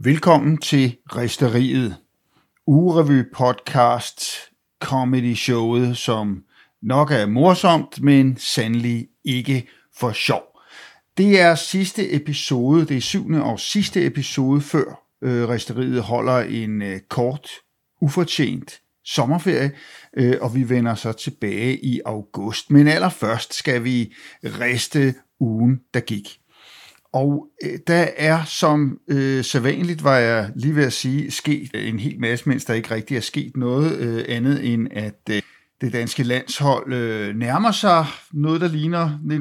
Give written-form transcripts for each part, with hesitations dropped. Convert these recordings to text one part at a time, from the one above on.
Velkommen til Risteriet, ugerevy podcast, comedy showet, som nok er morsomt, men sandelig ikke for sjov. Det er sidste episode, det er 7. og sidste episode før Risteriet holder en kort, ufortjent sommerferie, og vi vender så tilbage i august. Men allerførst skal vi riste ugen, der gik. Og der er som sædvanligt, var jeg lige ved at sige, sket en hel masse, mens der ikke rigtig er sket noget andet end, at det danske landshold nærmer sig noget, der ligner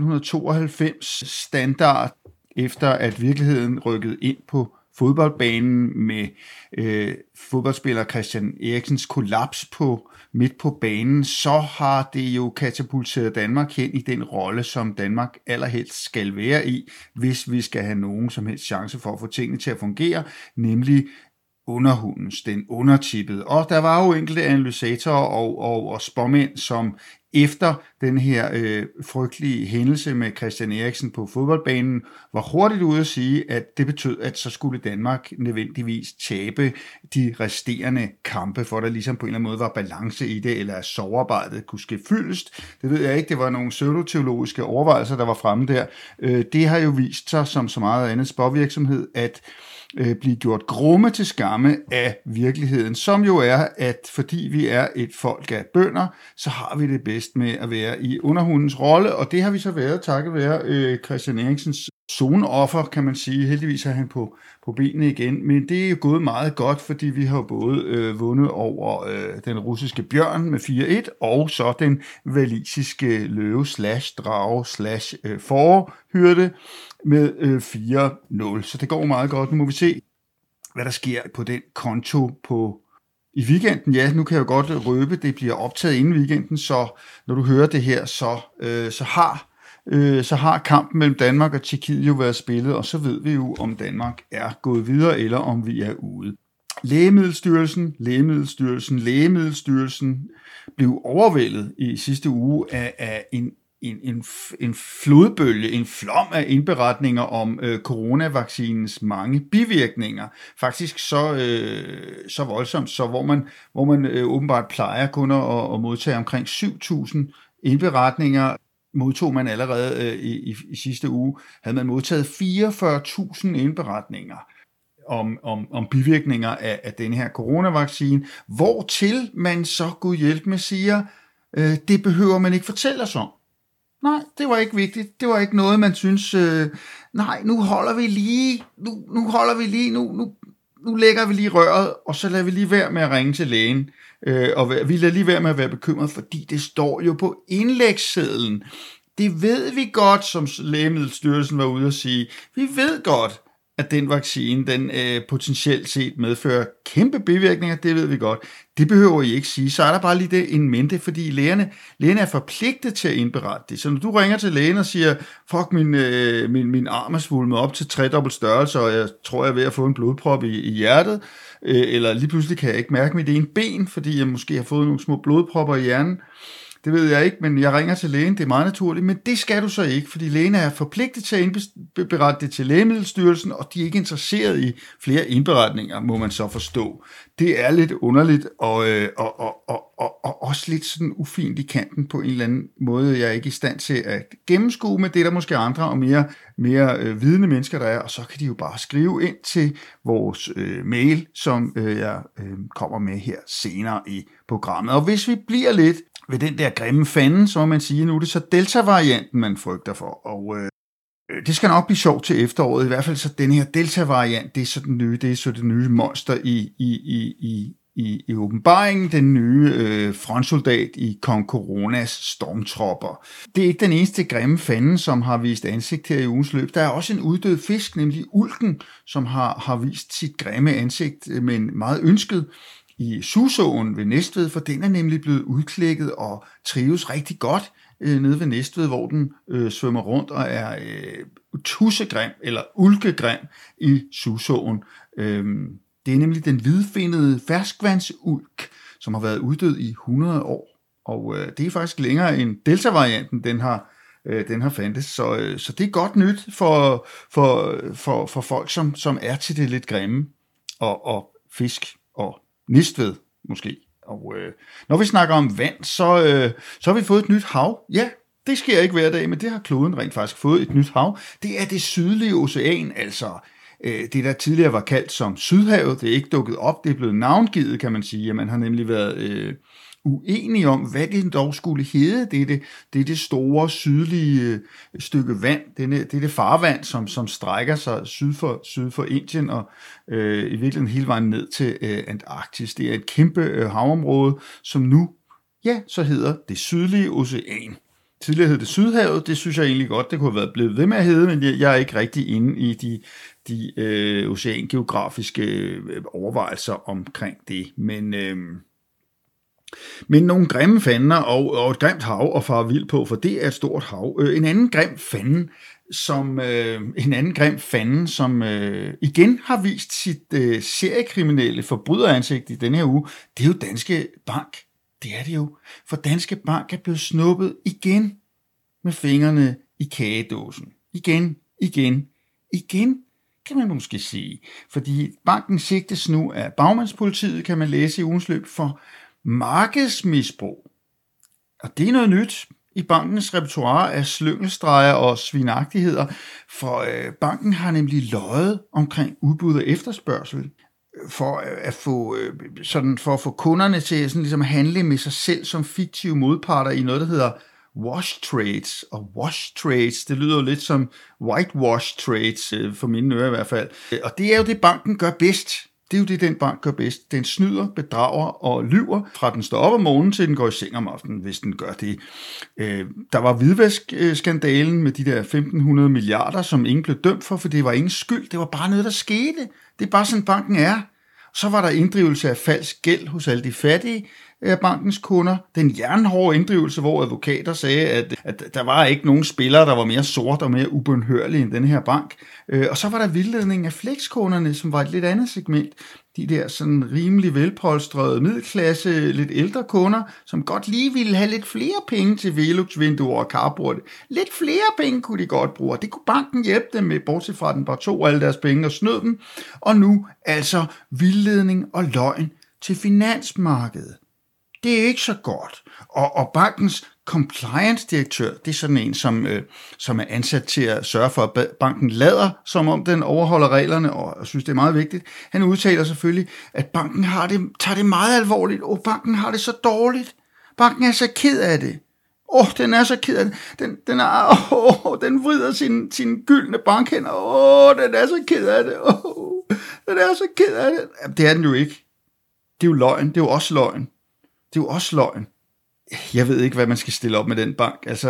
1992 standard, efter at virkeligheden rykkede ind på fodboldbanen med fodboldspiller Christian Eriksens kollaps midt på banen, så har det jo katapulteret Danmark hen i den rolle, som Danmark allerhelst skal være i, hvis vi skal have nogen som helst chance for at få tingene til at fungere, nemlig underhundens, den undertippede. Og der var jo enkelte analysatorer og spåmænd, som efter den her frygtelige hændelse med Christian Eriksen på fodboldbanen, var hurtigt ude at sige, at det betød, at så skulle Danmark nødvendigvis tabe de resterende kampe, for der ligesom på en eller anden måde var balance i det, eller at sovearbejdet kunne ske fyldest. Det ved jeg ikke, det var nogle pseudoteologiske overvejelser, der var fremme der. Det har jo vist sig, som så meget andet spåvirksomhed, at blive gjort grumme til skamme af virkeligheden, som jo er, at fordi vi er et folk af bønder, så har vi det bedst med at være i underhundens rolle, og det har vi så været takket være Christian Eriksens zoneoffer, kan man sige. Heldigvis er han på benene igen, men det er jo gået meget godt, fordi vi har både vundet over den russiske bjørn med 4-1, og så den walisiske løve /drage/ fårehyrde med 4-0. Så det går meget godt. Nu må vi se, hvad der sker på den konto i weekenden. Ja, nu kan jeg jo godt røbe, det bliver optaget inden weekenden, så når du hører det her, så har kampen mellem Danmark og Tjekkiet jo været spillet, og så ved vi jo, om Danmark er gået videre, eller om vi er ude. Lægemiddelstyrelsen blev overvældet i sidste uge af en flodbølge, en flom af indberetninger om coronavaccinens mange bivirkninger. Faktisk så voldsomt, så hvor man åbenbart plejer kun at modtage omkring 7.000 indberetninger, modtog man allerede i sidste uge, havde man modtaget 44.000 indberetninger om bivirkninger af denne her coronavaccine, hvortil man så Gud hjælp med siger, det behøver man ikke fortælle os om. Nej, det var ikke vigtigt. Det var ikke noget, man synes, nu lægger vi lige røret, og så lader vi lige være med at ringe til lægen. Og vi lader lige være med at være bekymret, fordi det står jo på indlægssedlen. Det ved vi godt, som Lægemiddelstyrelsen var ude at sige. Vi ved godt, at den vaccine, den potentielt set medfører kæmpe bivirkninger, det ved vi godt. Det behøver I ikke sige. Så er der bare lige det en mente, fordi lægerne er forpligtet til at indberette det. Så når du ringer til lægen og siger, fuck, min arm er svulmet op til 3-dobbelt størrelse, og jeg tror, jeg er ved at få en blodprop i hjertet, eller lige pludselig kan jeg ikke mærke mit ene ben, fordi jeg måske har fået nogle små blodpropper i hjernen. Det ved jeg ikke, men jeg ringer til lægen, det er meget naturligt, men det skal du så ikke, fordi lægen er forpligtet til at indberette det til Lægemiddelstyrelsen, og de er ikke interesseret i flere indberetninger, må man så forstå. Det er lidt underligt, og også lidt sådan ufint i kanten på en eller anden måde, jeg er ikke i stand til at gennemskue, men det er der måske andre og mere vidende mennesker, der er, og så kan de jo bare skrive ind til vores mail, som jeg kommer med her senere i programmet. Og hvis vi bliver lidt ved den der grimme fanden, så må man sige, nu er det så Delta-varianten, man frygter for, og det skal nok blive sjovt til efteråret, i hvert fald så den her Delta-variant, det er så den nye, det er så det nye monster i åbenbaringen, den nye frontsoldat i Kong Coronas stormtropper. Det er ikke den eneste grimme fanden, som har vist ansigt her i ugens løb. Der er også en uddød fisk, nemlig ulken, som har vist sit grimme ansigt, men meget ønsket i Susåen ved Næstved, for den er nemlig blevet udklækket og trives rigtig godt nede ved Næstved, hvor den svømmer rundt og er tussegrim eller ulkegrim i Susåen. Det er nemlig den hvidfinnede ferskvandsulk, som har været uddød i 100 år, og det er faktisk længere end Delta-varianten, den har fandtes, så det er godt nyt for folk, som er til det lidt grimme. og fisk og Næstved måske. Og når vi snakker om vand, så har vi fået et nyt hav. Ja, det sker ikke hver dag, men det har kloden rent faktisk fået et nyt hav. Det er det sydlige ocean, altså det der tidligere var kaldt som Sydhavet. Det er ikke dukket op, det er blevet navngivet, kan man sige. Man har nemlig været uenige om, hvad det dog skulle hedde. Det er det store sydlige stykke vand. Det er det farvand, som strækker sig syd for Indien og i virkeligheden hele vejen ned til Antarktis. Det er et kæmpe havområde, som nu, ja, så hedder det sydlige ocean. Tidligere hed det Sydhavet, det synes jeg egentlig godt, det kunne have været blevet ved med at hedde, men jeg er ikke rigtig inde i de oceangeografiske overvejelser omkring det. Men nogle grimme fanden og et grimt hav at fare vild på, for det er et stort hav. En anden grim fanden, som igen har vist sit seriekriminelle forbryderansigt i denne her uge, det er jo Danske Bank. Det er det jo, for Danske Bank er blevet snuppet igen med fingrene i kagedåsen. Igen, kan man måske sige. Fordi banken sigtes nu af bagmandspolitiet, kan man læse i ugens løb, for markedsmisbrug. Og det er noget nyt i bankens repertoire af slyngelstreger og svinagtigheder, for banken har nemlig løjet omkring udbud og efterspørgsel, for at få kunderne til sådan ligesom at handle med sig selv som fiktive modparter i noget, der hedder wash trades. Og wash trades, det lyder jo lidt som whitewash trades, for mine ører i hvert fald. Og det er jo det, banken gør bedst. Det er jo det, den bank gør bedst. Den snyder, bedrager og lyver, fra den står op om morgenen til den går i seng om aftenen, hvis den gør det. Der var hvidvaskskandalen med de der 1.500 milliarder, som ingen blev dømt for det var ingen skyld. Det var bare noget, der skete. Det er bare sådan, banken er. Så var der inddrivelse af falsk gæld hos alle de fattige af bankens kunder. Den jernhårde inddrivelse, hvor advokater sagde, at der var ikke nogen spillere, der var mere sort og mere ubønhørlige end den her bank. Og så var der vildledning af flexkunderne, som var et lidt andet segment. De der sådan rimelig velpolstrede middelklasse, lidt ældre kunder, som godt lige ville have lidt flere penge til Velux-vinduer og carporte. Lidt flere penge kunne de godt bruge, det kunne banken hjælpe dem med, bortset fra den bare tog alle deres penge og snød dem. Og nu altså vildledning og løgn til finansmarkedet. Det er ikke så godt. Og bankens compliance-direktør, det er sådan en, som er ansat til at sørge for, at banken lader, som om den overholder reglerne, og synes, det er meget vigtigt. Han udtaler selvfølgelig, at banken tager det meget alvorligt, og banken har det så dårligt. Banken er så ked af det. Den er så ked af det. Den vrider sine gyldne bankhænder. Den er så ked af det. Den er så ked af det. Jamen, det er den jo ikke. Det er jo løgn. Det er jo også løgn. Det er jo også løgn. Jeg ved ikke, hvad man skal stille op med den bank. Altså,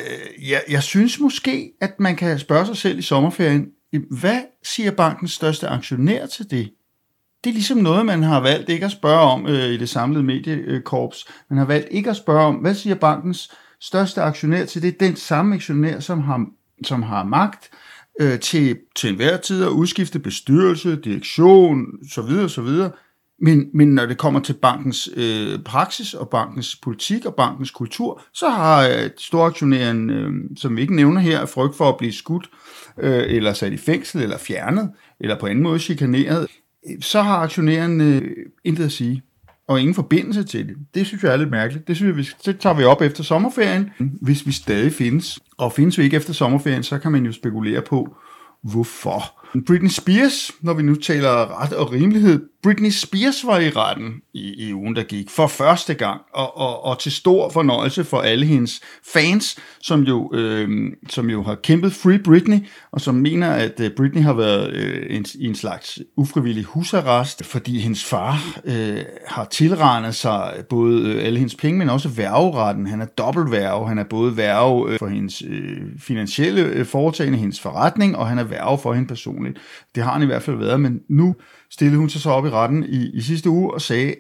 jeg synes måske, at man kan spørge sig selv i sommerferien, hvad siger bankens største aktionær til det? Det er ligesom noget, man har valgt ikke at spørge om i det samlede mediekorps. Man har valgt ikke at spørge om, hvad siger bankens største aktionær til det? Den samme aktionær, som har magt til enhver tid at udskifte bestyrelse, direktion, så videre. Men når det kommer til bankens praksis og bankens politik og bankens kultur, så har storaktionæren, som vi ikke nævner her, frygt for at blive skudt, eller sat i fængsel, eller fjernet, eller på anden måde chikaneret, så har aktionæren intet at sige, og ingen forbindelse til det. Det synes jeg er lidt mærkeligt. Det tager vi op efter sommerferien, hvis vi stadig findes. Og findes vi ikke efter sommerferien, så kan man jo spekulere på, hvorfor. Britney Spears, når vi nu taler ret og rimelighed, Britney Spears var i retten i ugen, der gik for første gang, og til stor fornøjelse for alle hendes fans, som jo har kæmpet Free Britney, og som mener, at Britney har været i en slags ufrivillig husarrest, fordi hendes far har tilranet sig både alle hendes penge, men også værgeretten. Han er dobbeltværge. Han er både værge for hendes finansielle foretagende, hendes forretning, og han er værge for hende personligt. Det har han i hvert fald været, men nu stillede hun sig så op i retten i sidste uge og sagde,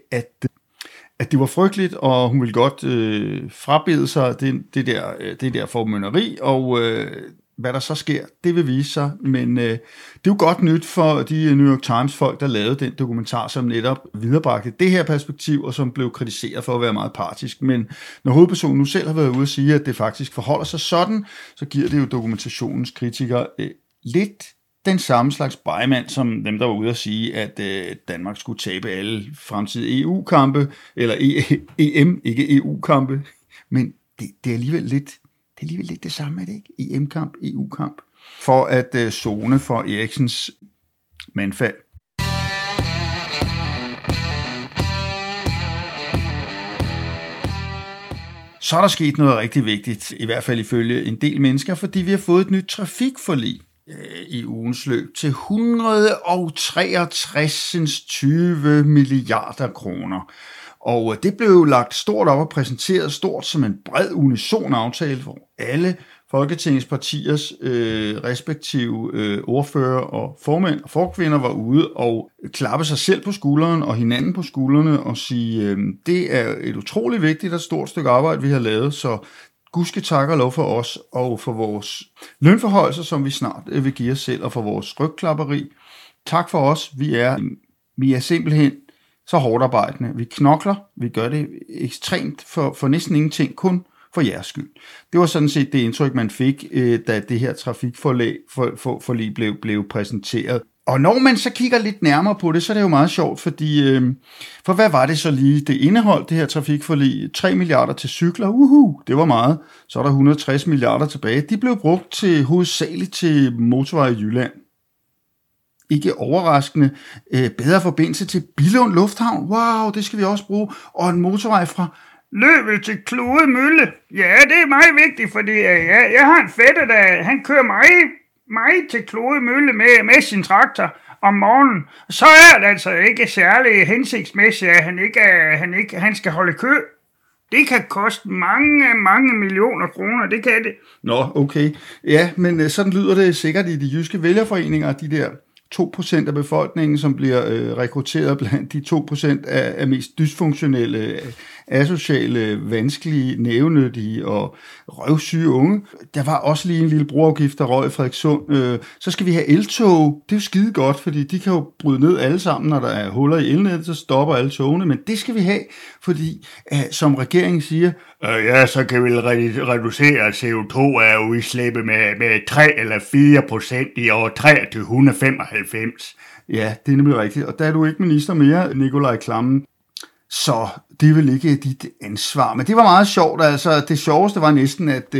at det var frygteligt, og hun ville godt frabede sig det der formynderi, og hvad der så sker, det vil vise sig. Men det er jo godt nyt for de New York Times folk, der lavede den dokumentar, som netop viderebragte det her perspektiv, og som blev kritiseret for at være meget partisk. Men når hovedpersonen nu selv har været ude at sige, at det faktisk forholder sig sådan, så giver det jo dokumentationens kritikere lidt den samme slags bejmand, som dem, der var ude at sige, at Danmark skulle tabe alle fremtidige EU-kampe, eller EM, ikke EU-kampe, men det er alligevel lidt det samme, er det ikke? EM-kamp, EU-kamp, for at zone for Eriksens mandfald. Så er der sket noget rigtig vigtigt, i hvert fald ifølge en del mennesker, fordi vi har fået et nyt trafikforlig i ugens løb til 163 milliarder kroner. Og det blev lagt stort op og præsenteret stort som en bred unison aftale, hvor alle Folketingets partiers respektive ordfører og formænd og forkvinder var ude og klappe sig selv på skulderen og hinanden på skuldrene og sige, det er et utroligt vigtigt og stort stykke arbejde, vi har lavet, så gudske tak og lov for os og for vores lønforhøjelser, som vi snart vil give os selv, og for vores rygklapperi. Tak for os. Vi er simpelthen så hårdt arbejdende. Vi knokler, vi gør det ekstremt for næsten ingenting, kun for jeres skyld. Det var sådan set det indtryk, man fik, da det her trafikforlig blev præsenteret. Og når man så kigger lidt nærmere på det, så er det jo meget sjovt, fordi for hvad var det så lige, det indeholdt, det her trafikforlig? 3 milliarder til cykler, det var meget. Så er der 160 milliarder tilbage. De blev brugt til hovedsageligt til motorvej i Jylland. Ikke overraskende. Bedre forbindelse til Billund Lufthavn. Wow, det skal vi også bruge. Og en motorvej fra Løvel til Klode Mølle. Ja, det er meget vigtigt, fordi jeg har en fætter, der han kører mig til Klode Mølle med sin traktor om morgenen. Så er det altså ikke særlig hensigtsmæssigt, at han skal holde kø. Det kan koste mange millioner kroner, det kan det. Nå, okay. Ja, men sådan lyder det sikkert i de jyske vælgerforeninger, de der 2% af befolkningen, som bliver rekrutteret blandt de 2% af mest dysfunktionelle, asociale, vanskelige, nævenyttige og røvsyge unge. Der var også lige en lille broafgift, der røg i Frederikssund. Så skal vi have eltog. Det er jo skide godt, fordi de kan jo bryde ned alle sammen, når der er huller i elnettet, så stopper alle togene. Men det skal vi have, fordi som regeringen siger, så kan vi reducere CO2-udslippet med 3 eller 4% i år 3 til 195. Ja, det er nemlig rigtigt. Og der er du ikke minister mere, Nikolaj Klammen. Så det er vel ikke dit ansvar. Men det var meget sjovt. Altså, det sjoveste var næsten, at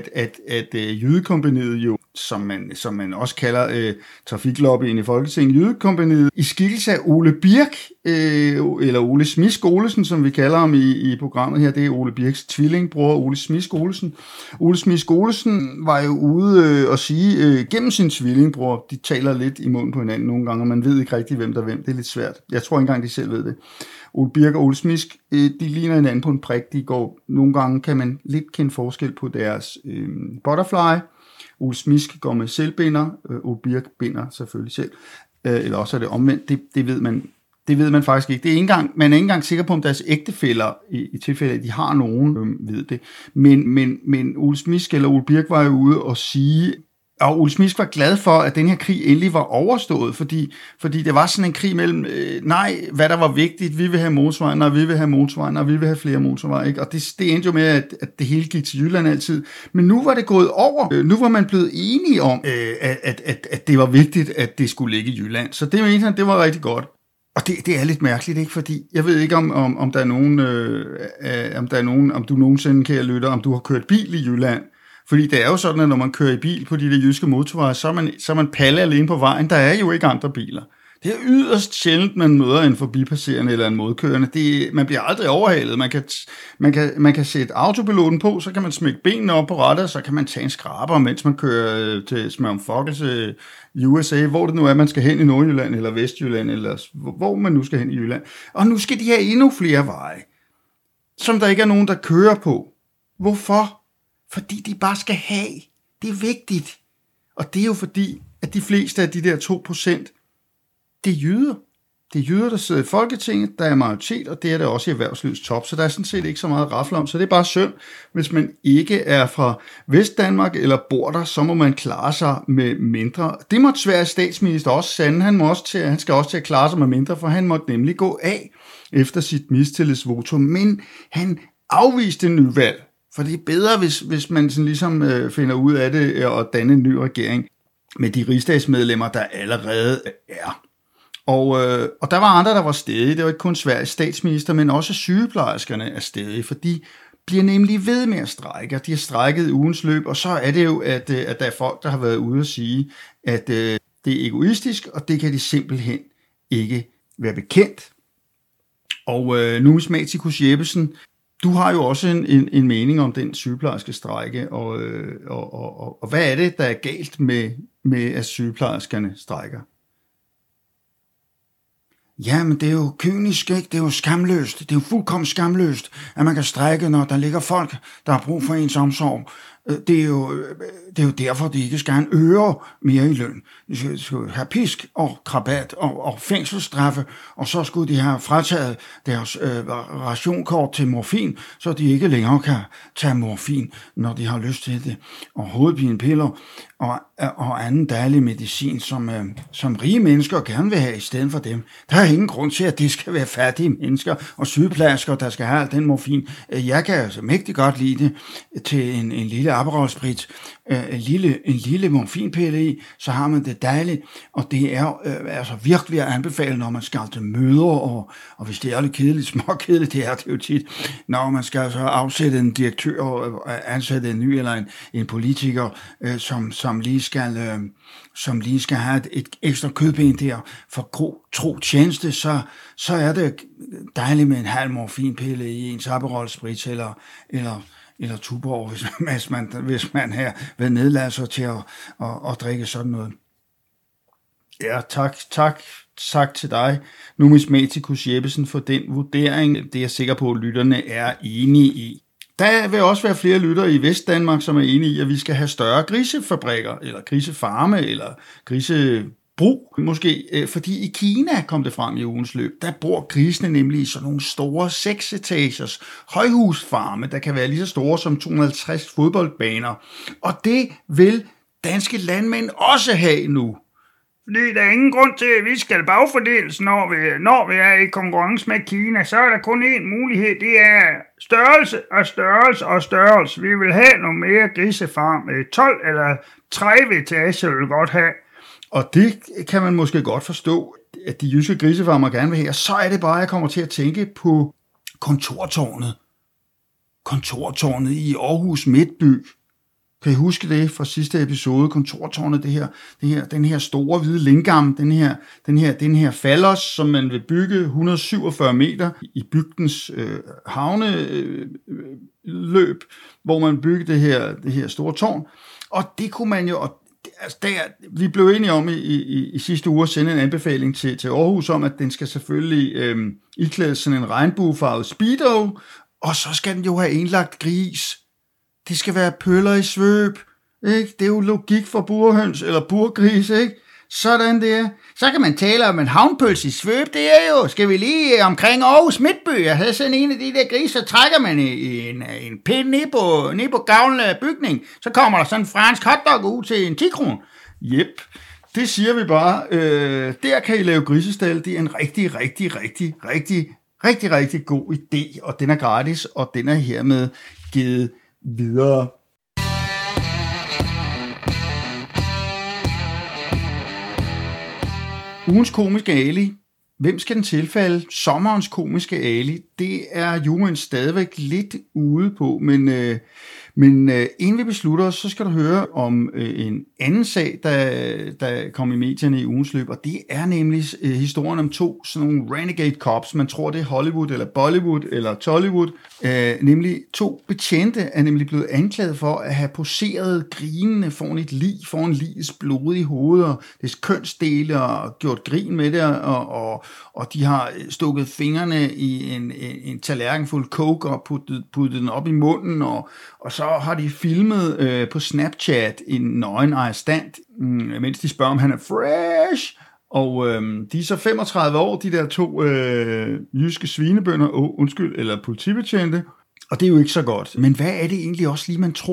Jydekompagniet jo, som man også kalder trafiklobbyen i Folketinget, Jydekompagniet, i skikkelse af Ole Birk, eller Ole Smisk-Olesen, som vi kalder ham i programmet her, det er Ole Birks tvillingbror, Ole Smisk-Olesen. Ole Smisk-Olesen var jo ude og sige, gennem sin tvillingbror, de taler lidt i munden på hinanden nogle gange, og man ved ikke rigtig, hvem der er hvem. Det er lidt svært. Jeg tror ikke engang, de selv ved det. Ole Birk og Ole Smisk, de ligner hinanden på en prik. Nogle gange kan man lidt kende forskel på deres butterfly. Ole Smisk går med selvbinder, Ole Birk binder selvfølgelig selv. Eller også er det omvendt, det ved man faktisk ikke. Man er ikke engang sikker på, om deres ægtefæller, i tilfælde af, at de har nogen, ved det. Men Ole Smisk eller Ole Birk var jo ude og sige, og Ole Smisk var glad for, at den her krig endelig var overstået, fordi det var sådan en krig mellem, hvad der var vigtigt, vi vil have motorvejen, og vi vil have motorvejen, og vi vil have flere motorveje, ikke? Og det endte jo med, at det hele gik til Jylland altid. Men nu var det gået over. Nu var man blevet enige om, at det var vigtigt, at det skulle ligge i Jylland. Så det mente han, det var rigtig godt. Og det er lidt mærkeligt, ikke? Fordi jeg ved ikke, om der er nogen, om du nogensinde, kære lytter, om du har kørt bil i Jylland. Fordi det er jo sådan, at når man kører i bil på de der jyske motorveje, så er man palle alene på vejen. Der er jo ikke andre biler. Det er yderst sjældent, man møder en forbipasserende eller en modkørende. Man bliver aldrig overhalet. Man kan sætte autopiloten på, så kan man smække benene op på rattet, og så kan man tage en skraber, mens man kører til Smørumfokkelse i USA, hvor det nu er, man skal hen i Nordjylland eller Vestjylland, eller hvor man nu skal hen i Jylland. Og nu skal de have endnu flere veje, som der ikke er nogen, der kører på. Hvorfor? Fordi de bare skal have. Det er vigtigt. Og det er jo fordi, at de fleste af de der 2%, det er jyder. Det er jyder, der sidder i Folketinget, der er majoritet, og det er der også i erhvervslivets top. Så der er sådan set ikke så meget at rafle om. Så det er bare synd, hvis man ikke er fra Vestdanmark eller bor der, så må man klare sig med mindre. Det måtte Sveriges statsminister også sande. Han skal også til at klare sig med mindre, for han måtte nemlig gå af efter sit mistillidsvotum. Men han afviste nyvalg. For det er bedre, hvis man sådan ligesom finder ud af det og danne en ny regering. med de rigsdagsmedlemmer, der allerede er. Og der var andre, der var stedige. Det var ikke kun Sveriges statsminister, men også sygeplejerskerne er stedige, for de bliver nemlig ved med at strejke, og de har strejket i ugens løb, og så er det jo, at der er folk, der har været ude og sige, at det er egoistisk, og det kan de simpelthen ikke være bekendt. Og numismatikus Jeppesen, du har jo også en mening om den sygeplejerske strejke, og hvad er det, der er galt med at sygeplejerskerne strejker? Ja, men det er jo kynisk, ikke? Det er jo skamløst. Det er jo fuldkommen skamløst, at man kan strejke, når der ligger folk, der har brug for ens omsorg. Det er jo derfor, de ikke skal have en øre mere i løn. De skulle have pisk og krabat og fængselsstraffe, og så skulle de have frataget deres rationkort til morfin, så de ikke længere kan tage morfin, når de har lyst til det, og hovedpinepiller og anden dejlig medicin, som rige mennesker gerne vil have i stedet for dem. Der er ingen grund til, at det skal være fattige mennesker og sygeplejersker, der skal have al den morfin. Jeg kan altså mægtig godt lide det til en lille Aperol Spritz, en lille morfinpille i, så har man det dejligt, og det er altså virkelig at anbefale, når man skal til møder, og hvis det er lidt kedeligt, småkedeligt, det er det jo tit, når man skal så afsætte en direktør og ansætte en ny eller en politiker, som lige skal have et ekstra kødben der for tro tjeneste, så er det dejligt med en halv morfinpille i ens Aperol Spritz eller Tuborg, hvis man har været nedladt sig til at drikke sådan noget. Ja, tak til dig, numismatikus Jeppesen, for den vurdering. Det er jeg sikker på, at lytterne er enige i. Der vil også være flere lyttere i Vestdanmark, som er enige i, at vi skal have større grisefabrikker, eller grisefarme, eller grisebrug, måske. Fordi i Kina kom det frem i ugens løb, der bor grisene nemlig i sådan nogle store 6-etagers højhusfarme, der kan være lige så store som 250 fodboldbaner. Og det vil danske landmænd også have nu. Fordi der er ingen grund til, at vi skal bagfordeles, når vi er i konkurrence med Kina. Så er der kun én mulighed, det er størrelse og størrelse og størrelse. Vi vil have noget mere grisefarm. 12 eller 30 etager vil vi godt have. Og det kan man måske godt forstå, at de jyske grisefarmer gerne vil have. Og så er det bare, at jeg kommer til at tænke på kontortårnet. Kontortårnet i Aarhus Midtby. Kan I huske det fra sidste episode? Kontortårnet, den her store hvide lingam, den her fallos, som man vil bygge 147 meter i bygdens havneløb, hvor man bygger det her store tårn. Og det kunne man jo, vi blev enige om i sidste uge at sende en anbefaling til Aarhus om, at den skal selvfølgelig iklæde sådan en regnbuefarvet speedo, og så skal den jo have indlagt gris. Det skal være pøller i svøb, ikke? Det er jo logik for burhøns eller burgris, ikke? Sådan der. Så kan man tale om en havnpølse i svøb, det er jo, skal vi lige omkring Aarhus Midtby, jeg havde sådan en af de der grise, så trækker man en pind ned på gavlen af bygning, så kommer der sådan en fransk hotdog ud til en 10 kron. Jep, det siger vi bare. Der kan I lave grisestal, det er en rigtig god idé, og den er gratis, og den er hermed givet videre. Ugens komiske Ali. Hvem skal den tilfalde? Sommerens komiske Ali. Det er juryen stadigvæk lidt ude på, men inden vi beslutter os, så skal du høre om en anden sag, der kom i medierne i ugens løb, og det er nemlig historien om to sådan nogle renegade cops. Man tror, det er Hollywood, eller Bollywood, eller Tollywood. Nemlig to betjente er nemlig blevet anklaget for at have poseret grinende foran ligets blodige hoveder, dets kønsdele, og gjort grin med det, og de har stukket fingrene i en tallerken fuld coke og puttet den op i munden, og så har de filmet på Snapchat en nøgen arrestant, mens de spørger, om han er fresh. Og de er så 35 år, de der to jyske svinebønder, eller politibetjente. Og det er jo ikke så godt. Men hvad er det egentlig også lige, man tror,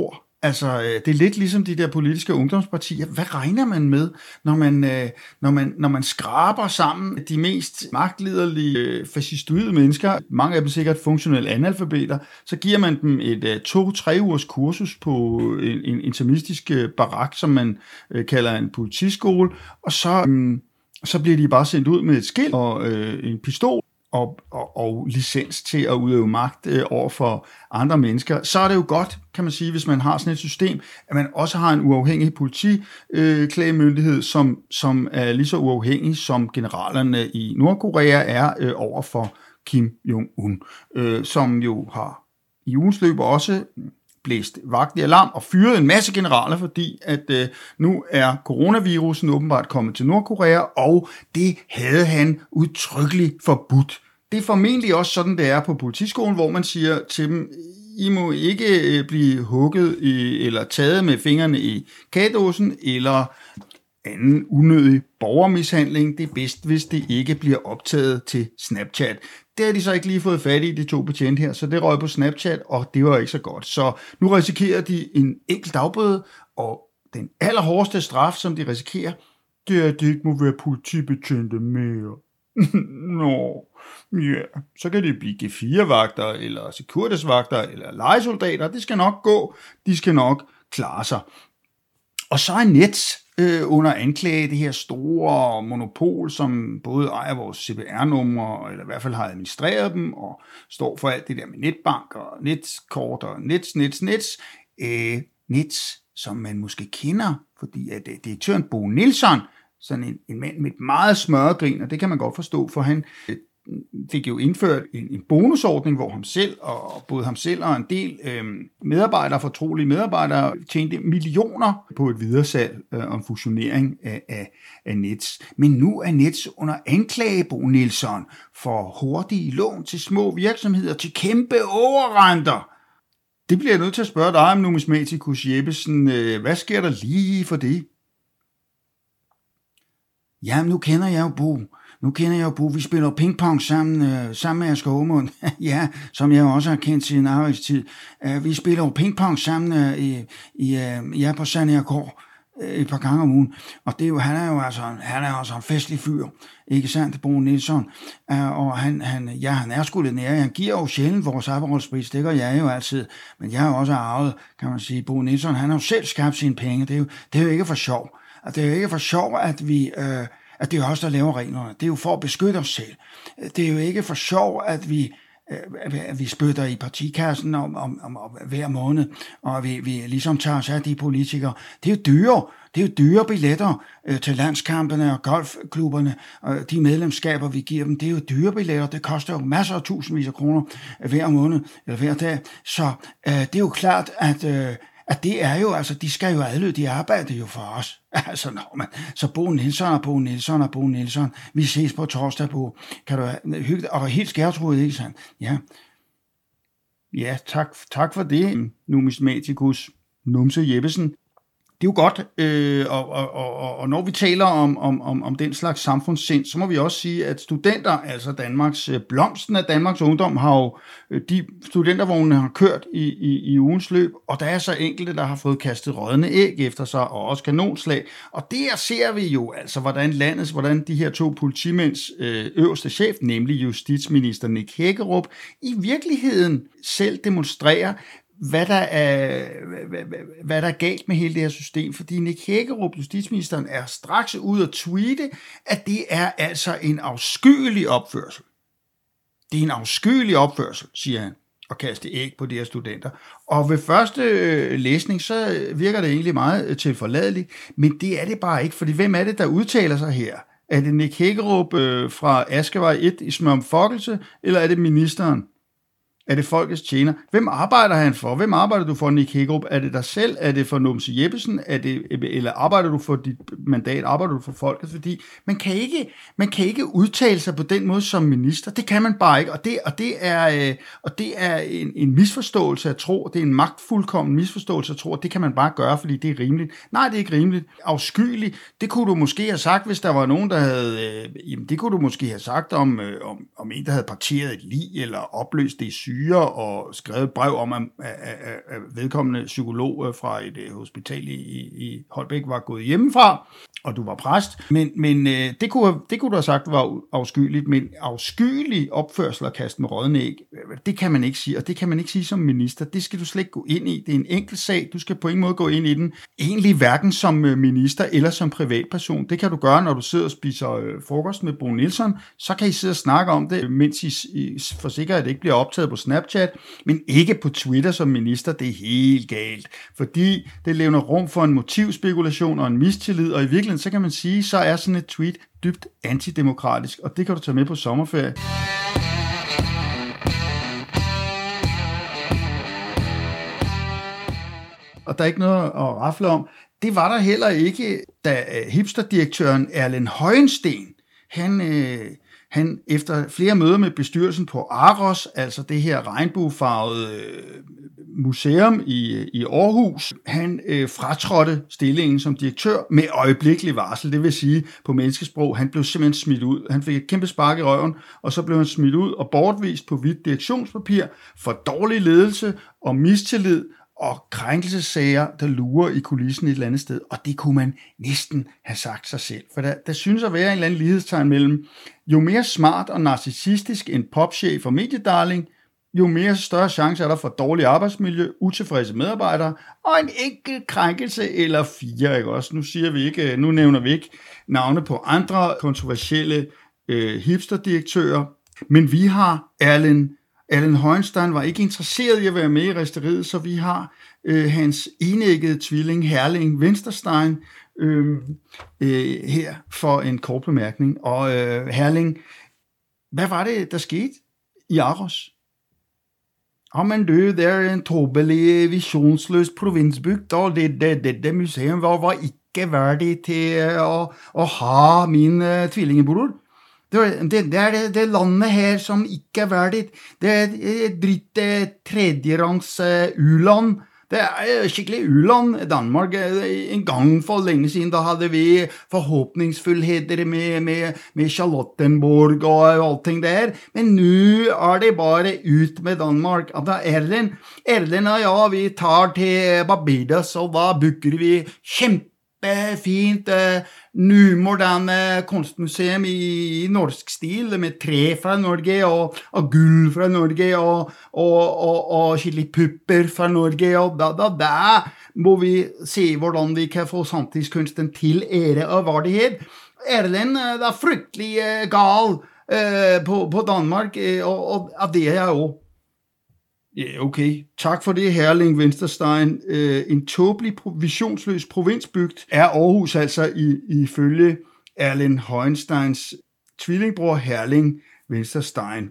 Altså, det er lidt ligesom de der politiske ungdomspartier. Hvad regner man med, når man skraber sammen de mest magtliderlige fascistoide mennesker, mange af dem sikkert funktionelle analfabeter, så giver man dem et 2-3 ugers kursus på en intimistisk barak, som man kalder en politiskole, og så bliver de bare sendt ud med et skilt og en pistol, og licens til at udøve magt over for andre mennesker, så er det jo godt, kan man sige, hvis man har sådan et system, at man også har en uafhængig politiklagemyndighed, som er lige så uafhængig, som generalerne i Nordkorea er over for Kim Jong-un, som jo har i ugens løb også blæst vagt i alarm og fyret en masse generaler, fordi at nu er coronavirusen åbenbart kommet til Nordkorea, og det havde han udtrykkeligt forbudt. Det er formentlig også sådan, det er på politiskolen, hvor man siger til dem, I må ikke blive hugget eller taget med fingrene i kagedåsen, eller anden unødig borgermishandling. Det er bedst, hvis det ikke bliver optaget til Snapchat. Det har de så ikke lige fået fat i, de 2 betjente her, så det røg på Snapchat, og det var ikke så godt. Så nu risikerer de en enkelt dagbøde, og den allerhårdeste straf, som de risikerer, det er, at de ikke må være politibetjente mere. Nå, ja, så kan de blive G4-vagter, eller Securitas-vagter, eller lejesoldater. Det skal nok gå, de skal nok klare sig. Og så er Nets under anklage, det her store monopol, som både ejer vores CPR-numre, eller i hvert fald har administreret dem, og står for alt det der med netbank og netkort og Nets, som man måske kender, fordi at direktøren Bo Nielsen, sådan en mand med et meget smørregrin, og det kan man godt forstå, for han fik jo indført en bonusordning, hvor både ham selv og en del medarbejdere, fortrolige medarbejdere, tjente millioner på et videresalg og en fusionering af Nets. Men nu er Nets under anklage, Bo Nielsen, for hurtige lån til små virksomheder til kæmpe overrenter. Det bliver jeg nødt til at spørge dig om, numismatikus Jeppesen. Hvad sker der lige for det? Jamen, nu kender jeg jo Bo. Vi spiller pingpong sammen med Asger Aamund. Ja, som jeg også har kendt siden arbejdstid. Vi spiller jo pingpong sammen på Sandhergård et par gange om ugen. Og det er jo, han er jo en festlig fyr. Ikke sandt, Bo Nielsen? Og han er sgu lidt nære. Han giver jo sjældent vores arbejdsspris. Det gør jeg jo altid. Men jeg har jo også arvet, kan man sige, Bo Nielsen. Han har jo selv skabt sine penge. Det er jo ikke for sjov. Og det er jo ikke for sjov, at det er os, der laver reglerne. Det er jo for at beskytte os selv. Det er jo ikke for sjov, at vi spytter i partikassen om hver måned, og vi ligesom tager os af de politikere. Det er jo dyre billetter til landskampene og golfklubberne, og de medlemskaber, vi giver dem, det er jo dyre billetter. Det koster jo masser af tusindvis af kroner hver måned eller hver dag. Så det er jo klart, at det er jo, altså, de skal jo adlyde, de arbejder jo for os. Altså, så Bo Nielsen, vi ses på torsdag på, kan du hygge og helt skærtroet, ikke sandt? Ja, tak for det, numismatikus Numse Jeppesen. Det er jo godt, og når vi taler om den slags samfundssind, så må vi også sige, at studenter, altså blomsten af Danmarks ungdom, har jo de studentervognene har kørt i ugens løb, og der er så enkelte, der har fået kastet rådne æg efter sig, og også kanonslag, og der ser vi jo altså, hvordan de her 2 politimænds øverste chef, nemlig justitsminister Nick Hækkerup, i virkeligheden selv demonstrerer, hvad der er galt med hele det her system, fordi Nick Hækkerup, justitsministeren, er straks ude at tweete, at det er altså en afskyelig opførsel. Det er en afskyelig opførsel, siger han, at kaste æg på de her studenter. Og ved første læsning, så virker det egentlig meget tilforladeligt, men det er det bare ikke, fordi hvem er det, der udtaler sig her? Er det Nick Hækkerup fra Askevej 1 i Smørumfokkelse, eller er det ministeren? Er det folkets tjener? Hvem arbejder han for? Hvem arbejder du for, Nick Hækkerup? Er det dig selv? Er det for Numse Jeppesen? Eller arbejder du for dit mandat? Arbejder du for folket? Fordi man kan ikke udtale sig på den måde som minister. Det kan man bare ikke. Og det er en misforståelse at tro. Det er en magtfuldkommen misforståelse at tro, at det kan man bare gøre, fordi det er rimeligt. Nej, det er ikke rimeligt. Afskyeligt. Det kunne du måske have sagt, hvis der var nogen, der havde... det kunne du måske have sagt om en, der havde parteret et lig, eller opløst det i syre og skrevet et brev om, at vedkommende psykolog fra et hospital i Holbæk var gået hjemmefra, og du var præst. Men det kunne du have sagt var afskyeligt, men afskyelig opførsel og kast med rådne æg, det kan man ikke sige, og det kan man ikke sige som minister. Det skal du slet ikke gå ind i. Det er en enkelt sag. Du skal på ingen måde gå ind i den. Egentlig hverken som minister eller som privatperson. Det kan du gøre, når du sidder og spiser frokost med Bo Nielsen. Så kan I sidde og snakke om det, mens I forsikrer, at det ikke bliver optaget på Snapchat, men ikke på Twitter som minister. Det er helt galt, fordi det levner rum for en motivspekulation og en mistillid, og i virkeligheden, så kan man sige, så er sådan et tweet dybt antidemokratisk, og det kan du tage med på sommerferie. Og der er ikke noget at rafle om. Det var der heller ikke, da hipsterdirektøren Erlend Høyensten, han efter flere møder med bestyrelsen på Aros, altså det her regnbuefarvede museum i Aarhus, han fratrådte stillingen som direktør med øjeblikkelig varsel. Det vil sige på menneskesprog, han blev simpelthen smidt ud. Han fik et kæmpe spark i røven, og så blev han smidt ud og bortvist på hvidt direktionspapir for dårlig ledelse og mistillid og krænkelsessager, der lurer i kulissen et eller andet sted. Og det kunne man næsten have sagt sig selv. For der synes at være en eller anden lighedstegn mellem, jo mere smart og narcissistisk en popchef og mediedarling, jo mere større chance er der for dårlig arbejdsmiljø, utilfredse medarbejdere og en enkelt krænkelse eller 4. Ikke også? Nu nævner vi ikke navne på andre kontroversielle hipsterdirektører, men vi har Erlend Høyensten var ikke interesseret i at være med i Risteriet, så vi har hans enæggede tvilling Herling Winterstein her for en kort bemærkning. Og Herling, hvad var det, der skete i Aros? Men det er en tåbelig, visionsløs provinsbygd, og det museum var ikke værdig til at ha min tvillingebror. Det er det landet her som ikke er værdigt. Det er et dritt tredjerangs uland. Det er skikkelig uland. Danmark en gang for længe siden, da havde vi forhåbningsfuldheder med Charlottenborg og allting der. Men nu er det bare ut med Danmark. Og da Erlend og jeg, vi tager til Barbados, og da booker vi kjempefint nymoderne kunstmuseum i norsk stil, med træ fra Norge og gull fra Norge og chilipupper fra Norge, og da må vi se, hvordan vi kan få samtidskunsten til ære og vardighed. Erlend er frygtelig gal på Danmark, og det er jeg også. Ja, okay. Tak for det, Herling Winterstein. En tåbelig, visionsløs provinsbygd er Aarhus altså ifølge Erlend Høyensteins tvillingbror Herling Winterstein.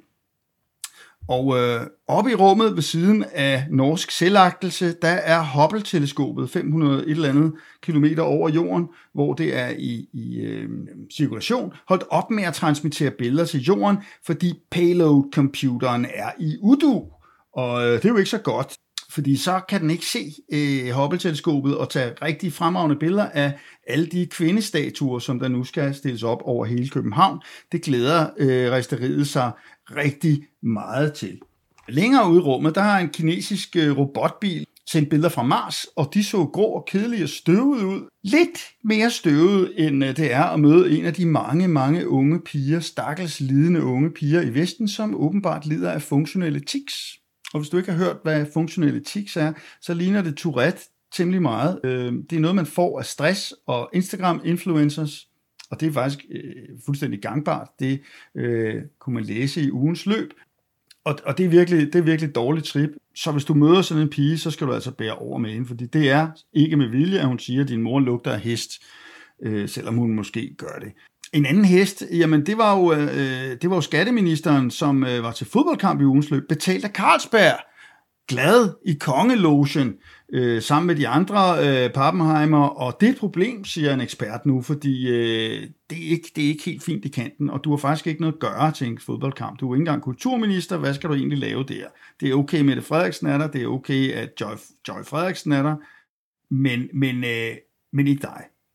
Og oppe i rummet ved siden af norsk selvagtelse, der er Hubble-teleskopet 500 et eller andet kilometer over jorden, hvor det er i cirkulation, holdt op med at transmittere billeder til jorden, fordi payload-computeren er i udu. Og det er jo ikke så godt, fordi så kan den ikke se Hubble-teleskopet og tage rigtig fremragende billeder af alle de kvindestatuer, som der nu skal stilles op over hele København. Det glæder Risteriet sig rigtig meget til. Længere ude i rummet, der har en kinesisk robotbil sendt billeder fra Mars, og de så grå og kedelige og støvede ud. Lidt mere støvet, end det er at møde en af de mange unge piger, stakkels lidende unge piger i Vesten, som åbenbart lider af funktionelle tics. Og hvis du ikke har hørt, hvad funktionelle tics er, så ligner det Tourette temmelig meget. Det er noget, man får af stress og Instagram-influencers, og det er faktisk fuldstændig gangbart. Det kunne man læse i ugens løb, og det er virkelig dårligt trip. Så hvis du møder sådan en pige, så skal du altså bære over med hende, fordi det er ikke med vilje, at hun siger, at din mor lugter af hest, selvom hun måske gør det. En anden hest, jamen det var jo skatteministeren, som var til fodboldkamp i ugens løb, betalt af Carlsberg, glad i kongelogen, sammen med de andre Pappenheimer, og det er et problem, siger en ekspert nu, fordi det er ikke helt fint i kanten, og du har faktisk ikke noget at gøre til en fodboldkamp. Du er ikke engang kulturminister, hvad skal du egentlig lave der? Det er okay, Mette Frederiksen er der, det er okay, at Joy Frederiksen er der, men ikke dig.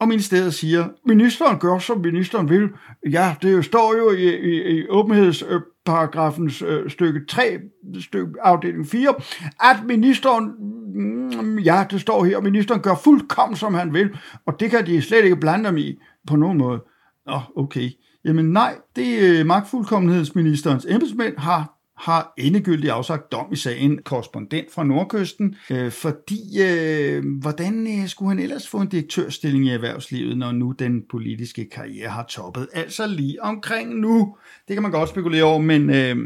Og ministeriet siger, ministeren gør, som ministeren vil. Ja, det står jo i åbenhedsparagrafens stykke 3, afdeling 4, at ministeren, ja, det står her, ministeren gør fuldkommen, som han vil, og det kan de slet ikke blande dem i på nogen måde. Okay. Jamen nej, det er magtfuldkommenhedsministerens embedsmænd har endegyldigt afsagt dom i sagen, korrespondent fra Nordkysten, fordi hvordan skulle han ellers få en direktørstilling i erhvervslivet, når nu den politiske karriere har toppet? Altså lige omkring nu. Det kan man godt spekulere over, men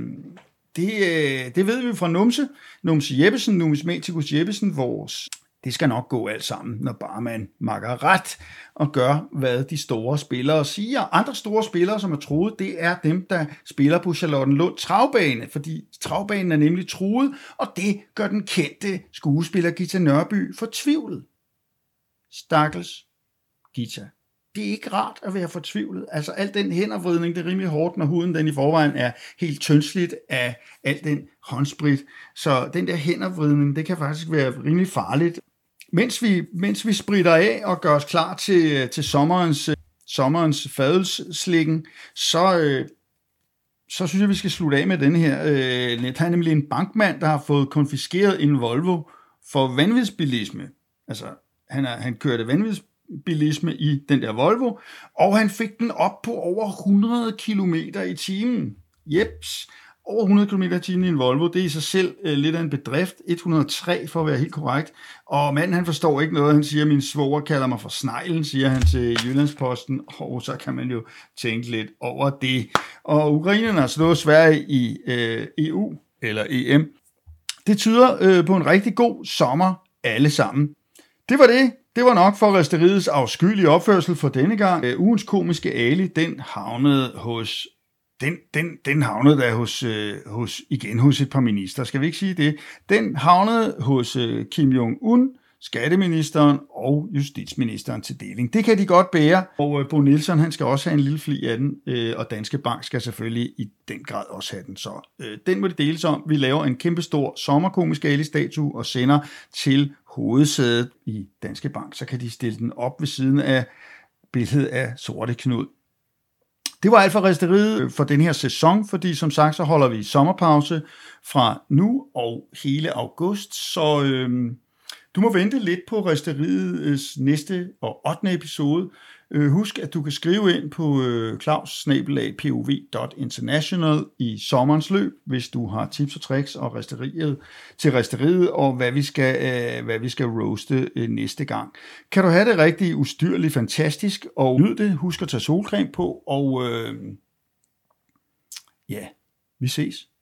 det ved vi fra Numse Jeppesen, Numismaticus Jeppesen, det skal nok gå alt sammen, når bare man makker ret og gør, hvad de store spillere siger. Andre store spillere, som er truet, det er dem, der spiller på Charlottenlund Travbane, fordi travbanen er nemlig truet, og det gør den kendte skuespiller Githa Nørby fortvivlet. Stakkels Githa. Det er ikke rart at være fortvivlet. Altså al den hændervridning, det er rimelig hårdt, når huden den i forvejen er helt tyndslidt af al den håndsprit. Så den der hændervridning, det kan faktisk være rimelig farligt. Mens vi spritter af og gør os klar til sommerens fadelsslikken, så synes jeg, vi skal slutte af med den her. Der er nemlig en bankmand, der har fået konfiskeret en Volvo for vanvidsbilisme. Altså, han kørte vanvidsbilisme i den der Volvo, og han fik den op på over 100 km i timen. Jeps. Over 100 km i timen i en Volvo, det er i sig selv lidt af en bedrift. 103 for at være helt korrekt. Og manden, han forstår ikke noget. Han siger, min svoger kalder mig for sneglen, siger han til Jyllandsposten. Og så kan man jo tænke lidt over det. Og Ukrainerne har slået Sverige i EU, eller EM. Det tyder på en rigtig god sommer alle sammen. Det var det. Det var nok for Risteriets afskyelige opførsel for denne gang. Ugens komiske Ali, den havnede hos... Den havnede der hos et par minister, skal vi ikke sige det? Den havnede hos Kim Jong-un, skatteministeren og justitsministeren til deling. Det kan de godt bære, og Bo Nielsen, han skal også have en lille fli af den, og Danske Bank skal selvfølgelig i den grad også have den. Så den må det deles om. Vi laver en kæmpestor sommerkomisk Ali-statue og sender til hovedsædet i Danske Bank. Så kan de stille den op ved siden af billedet af Sorte Knud. Det var alt for Risteriet for den her sæson, fordi som sagt, så holder vi sommerpause fra nu og hele august, så du må vente lidt på Risteriets næste og 8. episode. Husk, at du kan skrive ind på klaus@pov.international i sommerens løb, hvis du har tips og tricks og Risteriet og hvad vi skal roaste næste gang. Kan du have det rigtig ustyrligt fantastisk og nyd det. Husk at tage solcreme på, og vi ses.